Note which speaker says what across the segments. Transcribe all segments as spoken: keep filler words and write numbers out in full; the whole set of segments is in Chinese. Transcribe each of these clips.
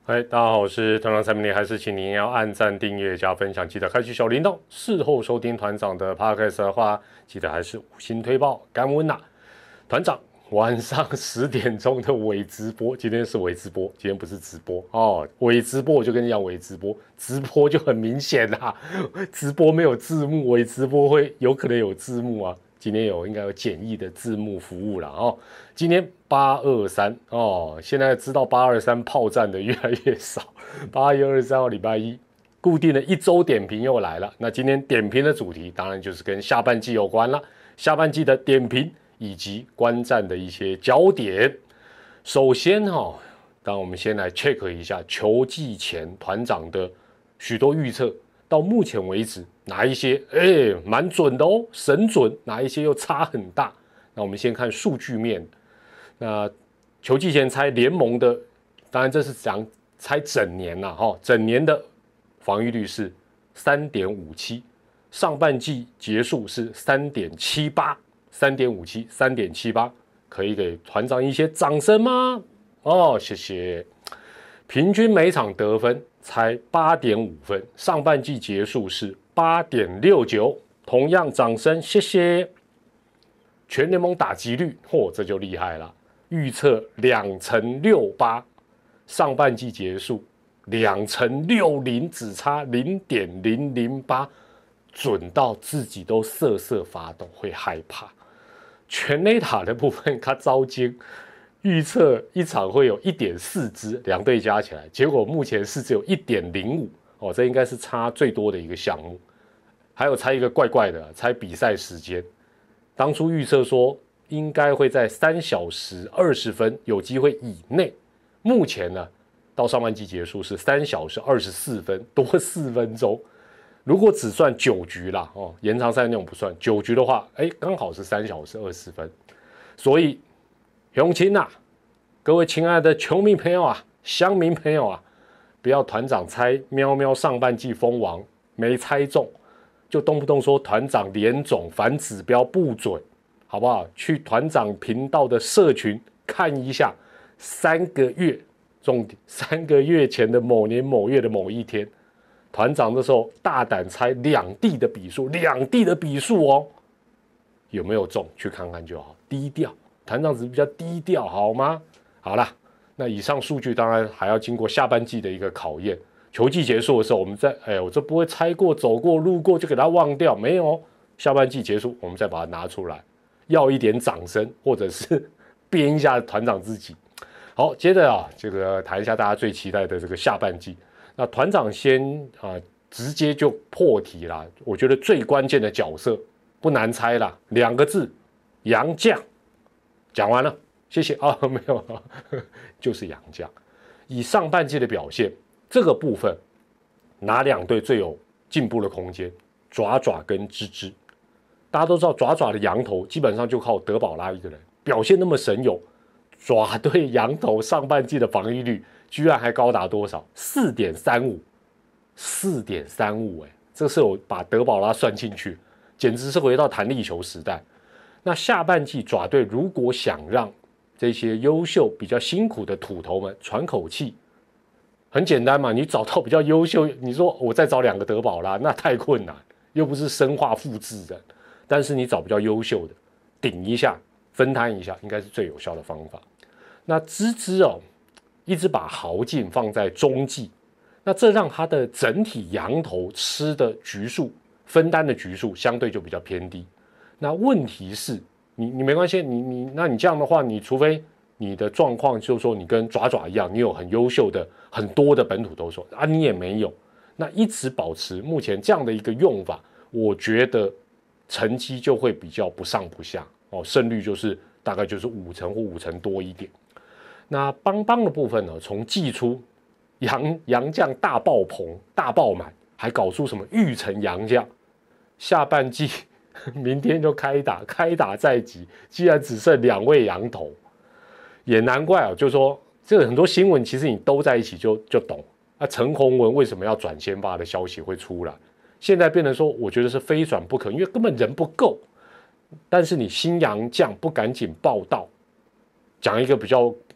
Speaker 1: 嗨，大家好，我是团长蔡明，还是请您要按赞、订阅、加分享，记得开启小铃铛。事后收听团长的 podcast 的话，记得还是五星推爆，感恩呐。团长晚上十点钟的伪直播，今天是伪直播，今天不是直播哦。伪直播我就跟你讲，伪直播，直播就很明显啦，直播没有字幕，伪直播会有可能有字幕啊。今天有应该有简易的字幕服务了哦。今天八二三哦，现在知道八二三炮战的越来越少。八月二十三号礼拜一，固定的一周点评又来了。那今天点评的主题当然就是跟下半季有关了，下半季的点评以及观战的一些焦点。首先哈、哦，当我们先来 check 一下球季前团长的许多预测。到目前为止，哪一些哎蛮准的哦，神准；哪一些又差很大。那我们先看数据面。那球季前猜联盟的，当然这是讲猜整年啦，哈，整年的防御率是 三点五七， 上半季结束是 三点七八， 三点五七， 三点七八， 可以给团长一些掌声吗？哦，谢谢。平均每场得分才 八点五分，上半季结束是 八点六九， 同样掌声，谢谢。全联盟打击率，嚯、哦，这就厉害了，预测两成六八，上半季结束两成六零，只差 零点零零八， 准到自己都瑟瑟发抖，会害怕。全垒打的部分，他招精。预测一场会有 一点四 支，两队加起来，结果目前是只有 一点零五， 哦，这应该是差最多的一个项目。还有猜一个怪怪的，猜比赛时间。当初预测说应该会在三小时二十分有机会以内，目前呢到上半季结束是三小时二十四分，多四分钟。如果只算九局啦，哦，延长赛那种不算，九局的话，哎，刚好是三小时二十分，所以。雄亲啊，各位亲爱的球迷朋友啊，乡民朋友啊，不要团长猜喵喵上半季封王没猜中，就动不动说团长联总反指标不准，好不好？去团长频道的社群看一下，三个月重点，三个月前的某年某月的某一天，团长那时候大胆猜两地的比数，两地的比数哦，有没有中？去看看就好，低调。团长只是比较低调，好吗？好啦，那以上数据当然还要经过下半季的一个考验。球季结束的时候，我们再，哎，我这不会猜过、走过、路过就给它忘掉，没有。下半季结束，我们再把它拿出来，要一点掌声，或者是编一下团长自己。好，接着啊，这个谈一下大家最期待的这个下半季。那团长先啊，直接就破题啦。我觉得最关键的角色不难猜啦，两个字：洋将。讲完了，谢谢啊、哦，没有，就是洋将。以上半季的表现，这个部分哪两队最有进步的空间？爪爪跟芝芝。大家都知道，爪爪的洋头基本上就靠德保拉一个人，表现那么神勇。爪队洋头上半季的防御率居然还高达多少？ 四点三五， 四点三五， 哎，这是有把德保拉算进去，简直是回到弹力球时代。那下半季爪队如果想让这些优秀、比较辛苦的土头们喘口气，很简单嘛，你找到比较优秀，你说我再找两个德保拉，那太困难，又不是生化复制人。但是你找比较优秀的，顶一下、分摊一下，应该是最有效的方法。那芝芝哦，一直把豪进放在中继，那这让他的整体羊头吃的局数、分担的局数相对就比较偏低。那问题是你你没关系，你你那你这样的话，你除非你的状况就是说你跟爪爪一样，你有很优秀的很多的本土投手啊，你也没有，那一直保持目前这样的一个用法，我觉得成绩就会比较不上不下哦，胜率就是大概就是五成或五成多一点。那邦邦的部分呢，从季初洋洋将大爆棚大爆满，还搞出什么玉成洋将，下半季。明天就开打，开打在即，既然只剩两位洋头，也难怪啊。就是说，这个很多新闻其实你都在一起就就懂。那陈宏文为什么要转先发的消息会出来？现在变成说，我觉得是非转不可，因为根本人不够。但是你新洋将不赶紧报道，讲一个比较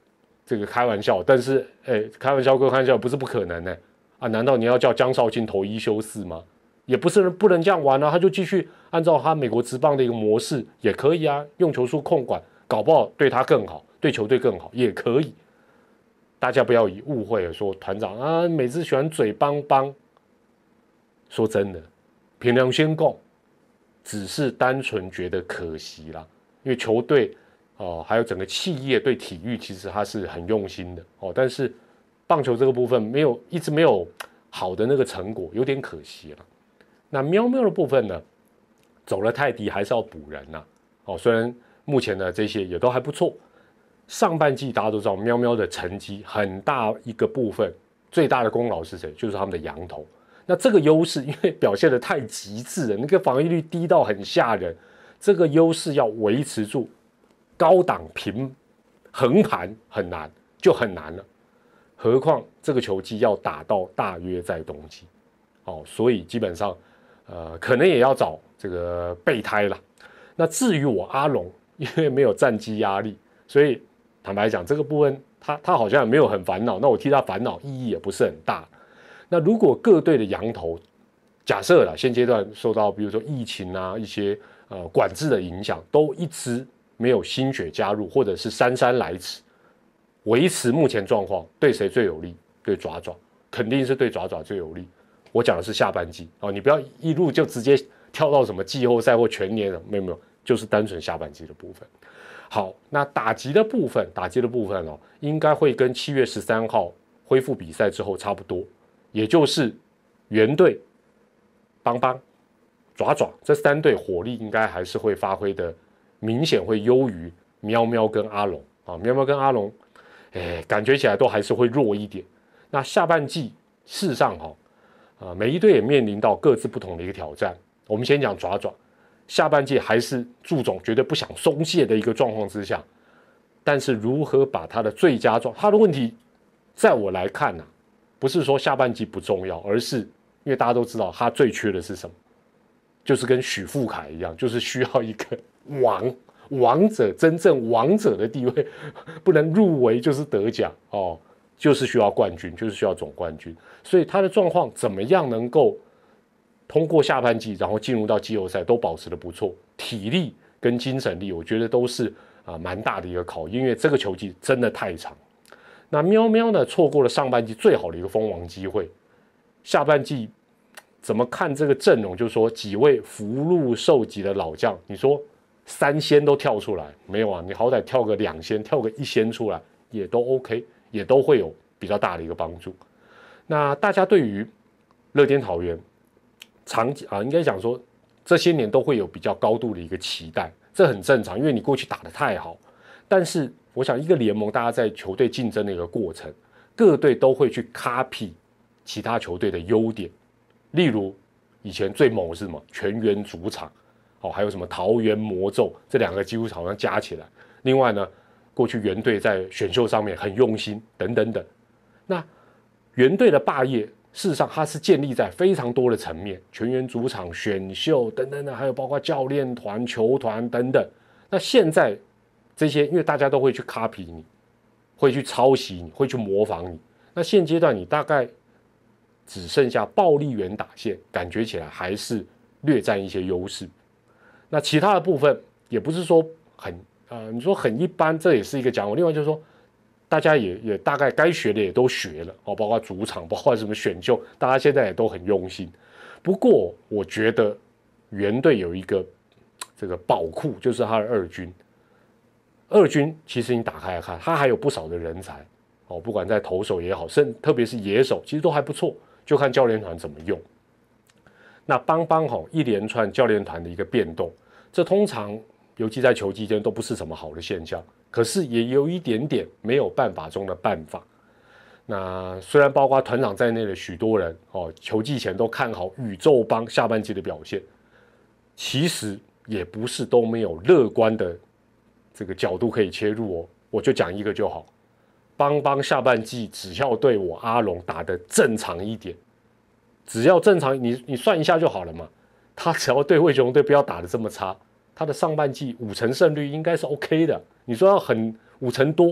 Speaker 1: 这个开玩笑，但是哎，开玩笑归开玩笑，不是不可能呢。啊，难道你要叫江少庆投一休四吗？也不是不能这样玩啊，他就继续按照他美国职棒的一个模式也可以啊，用球数控管，搞不好对他更好，对球队更好也可以。大家不要以误会了说团长啊，每次喜欢嘴邦邦。说真的，凭良心讲，只是单纯觉得可惜啦，因为球队哦、呃，还有整个企业对体育其实它是很用心的哦，但是棒球这个部分没有一直没有好的那个成果，有点可惜了。那喵喵的部分呢，走了泰迪还是要补人呐、啊、哦，虽然目前呢这些也都还不错，上半季大家都知道喵喵的成绩很大一个部分，最大的功劳是谁？就是他们的洋投。那这个优势因为表现得太极致了，那个防御率低到很吓人，这个优势要维持住高档平横盘很难，就很难了。何况这个球季要打到大约在冬季，哦，所以基本上，呃，可能也要找这个备胎了。那至于我阿龙，因为没有战绩压力，所以坦白讲，这个部分他他好像也没有很烦恼。那我替他烦恼意义也不是很大。那如果各队的洋投，假设啦，现阶段受到比如说疫情啊一些呃管制的影响，都一直没有新血加入，或者是姗姗来迟，维持目前状况，对谁最有利？对爪爪，肯定是对爪爪最有利。我讲的是下半季哦，你不要一路就直接跳到什么季后赛或全年了，没有没有，就是单纯下半季的部分。好，那打击的部分，打击的部分哦，应该会跟七月十三号恢复比赛之后差不多。也就是原队、邦邦、爪爪这三队火力应该还是会发挥的明显会优于喵喵跟阿龙啊，喵喵跟阿龙，哎，感觉起来都还是会弱一点。那下半季事实上哈、啊，每一队也面临到各自不同的一个挑战。我们先讲爪爪，下半季还是祝总绝对不想松懈的一个状况之下，但是如何把他的最佳状，他的问题，在我来看呢、啊。不是说下半季不重要，而是因为大家都知道他最缺的是什么，就是跟许富凯一样，就是需要一个王王者，真正王者的地位，不能入围就是得奖哦，就是需要冠军，就是需要总冠军。所以他的状况怎么样能够通过下半季，然后进入到季后赛都保持得不错，体力跟精神力，我觉得都是啊蛮大的一个考验，因为这个球季真的太长。那喵喵呢？错过了上半季最好的一个封王机会，下半季怎么看这个阵容？就是说几位福禄寿级的老将，你说三仙都跳出来没有啊？你好歹跳个两仙，跳个一仙出来也都 OK， 也都会有比较大的一个帮助。那大家对于乐天桃园长啊，应该讲说这些年都会有比较高度的一个期待，这很正常，因为你过去打得太好，但是。我想，一个联盟，大家在球队竞争的一个过程，各队都会去 copy 其他球队的优点。例如，以前最猛的是什么？全员主场，哦，还有什么桃园魔咒，这两个几乎好像加起来。另外呢，过去原队在选秀上面很用心，等等等。那原队的霸业，事实上它是建立在非常多的层面，全员主场、选秀等等的，还有包括教练团、球团等等。那现在。这些，因为大家都会去 copy 你，会去抄袭你，会去模仿你。那现阶段你大概只剩下暴力员打线，感觉起来还是略占一些优势。那其他的部分也不是说很呃，你说很一般，这也是一个讲法。另外就是说，大家也也大概该学的也都学了哦，包括主场，包括什么选秀，大家现在也都很用心。不过我觉得原队有一个这个宝库，就是他的二军。二军其实你打开来看，他还有不少的人才哦，不管在投手也好，甚特别是野手，其实都还不错，就看教练团怎么用。那邦邦吼一连串教练团的一个变动，这通常尤其在球季间都不是什么好的现象，可是也有一点点没有办法中的办法。那虽然包括团长在内的许多人哦，球季前都看好宇宙邦下半季的表现，其实也不是都没有乐观的。这个角度可以切入哦，我就讲一个就好。邦邦下半季只要对我阿龙打得正常一点，只要正常，你你算一下就好了嘛。他只要对魏雄队不要打得这么差，他的上半季五成胜率应该是 OK 的。你说要很五成多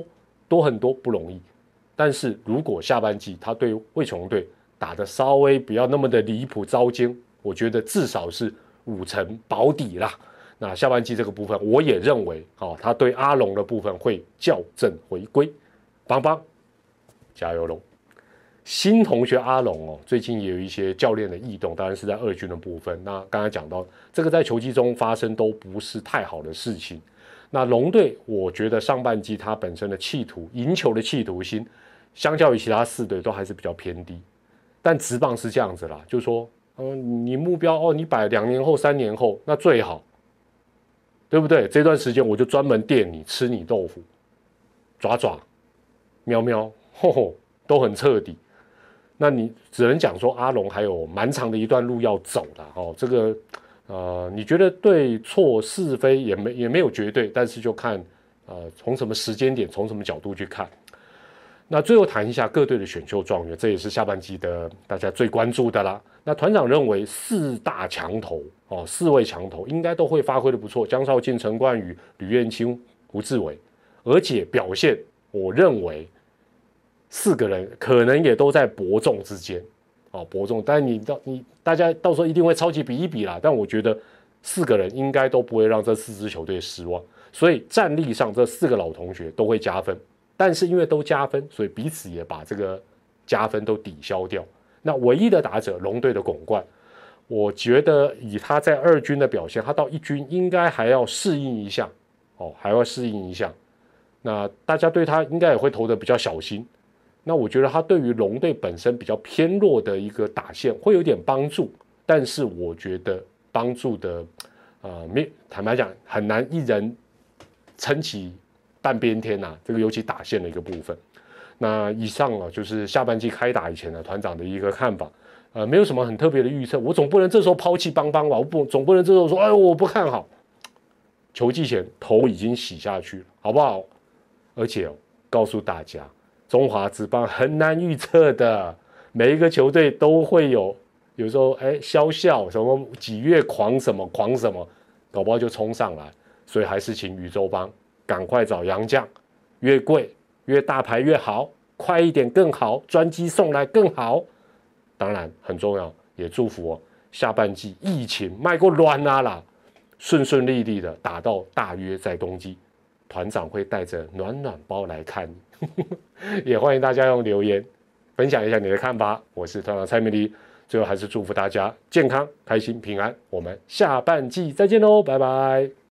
Speaker 1: 多很多不容易。但是如果下半季他对味全龙队打得稍微不要那么的离谱糟践，我觉得至少是五成保底啦。那下半季这个部分，我也认为，哦，他对阿龙的部分会校正回归。邦邦，加油龙！新同学阿龙哦，最近也有一些教练的异动，当然是在二军的部分。那刚才讲到这个在球季中发生都不是太好的事情。那龙队，我觉得上半季他本身的企图、赢球的企图心，相较于其他四队都还是比较偏低。但职棒是这样子啦，就是说，嗯，你目标哦，你摆两年后、三年后，那最好。对不对？这段时间我就专门垫你，吃你豆腐，爪爪、喵喵，吼吼，都很彻底。那你只能讲说阿龙还有蛮长的一段路要走的哦。这个呃，你觉得对错是非也没也没有绝对，但是就看呃从什么时间点，从什么角度去看。那最后谈一下各队的选秀状元，这也是下半季的大家最关注的啦。那团长认为四大强头哦，四位强头应该都会发挥的不错，江少庆、陈冠宇、吕彦青、胡志伟，而且表现，我认为四个人可能也都在伯仲之间哦，伯仲。但你到你大家到时候一定会超级比一比啦，但我觉得四个人应该都不会让这四支球队失望，所以战力上这四个老同学都会加分。但是因为都加分，所以彼此也把这个加分都抵消掉。那唯一的打者龙队的巩冠，我觉得以他在二军的表现，他到一军应该还要适应一下哦，还要适应一下。那大家对他应该也会投的比较小心。那我觉得他对于龙队本身比较偏弱的一个打线会有点帮助，但是我觉得帮助的呃，没坦白讲很难一人撑起半边天呐、啊，这个尤其打线的一个部分。那以上啊，就是下半季开打以前呢，团长的一个看法。呃，没有什么很特别的预测，我总不能这时候抛弃邦邦吧？我不总不能这时候说，哎，我不看好。球季前头已经洗下去了，好不好？而且、哦、告诉大家，中华职棒很难预测的，每一个球队都会有，有时候哎消笑什么几月狂什么狂什么，搞不好就冲上来。所以还是请宇宙帮。赶快找洋将，越贵越大牌越好，快一点更好，专机送来更好。当然很重要，也祝福我下半季疫情卖过软啊啦，顺顺利利的打到大约在冬季，团长会带着暖暖包来看你。也欢迎大家用留言分享一下你的看法。我是团长蔡明黎，最后还是祝福大家健康、开心、平安。我们下半季再见喽，拜拜。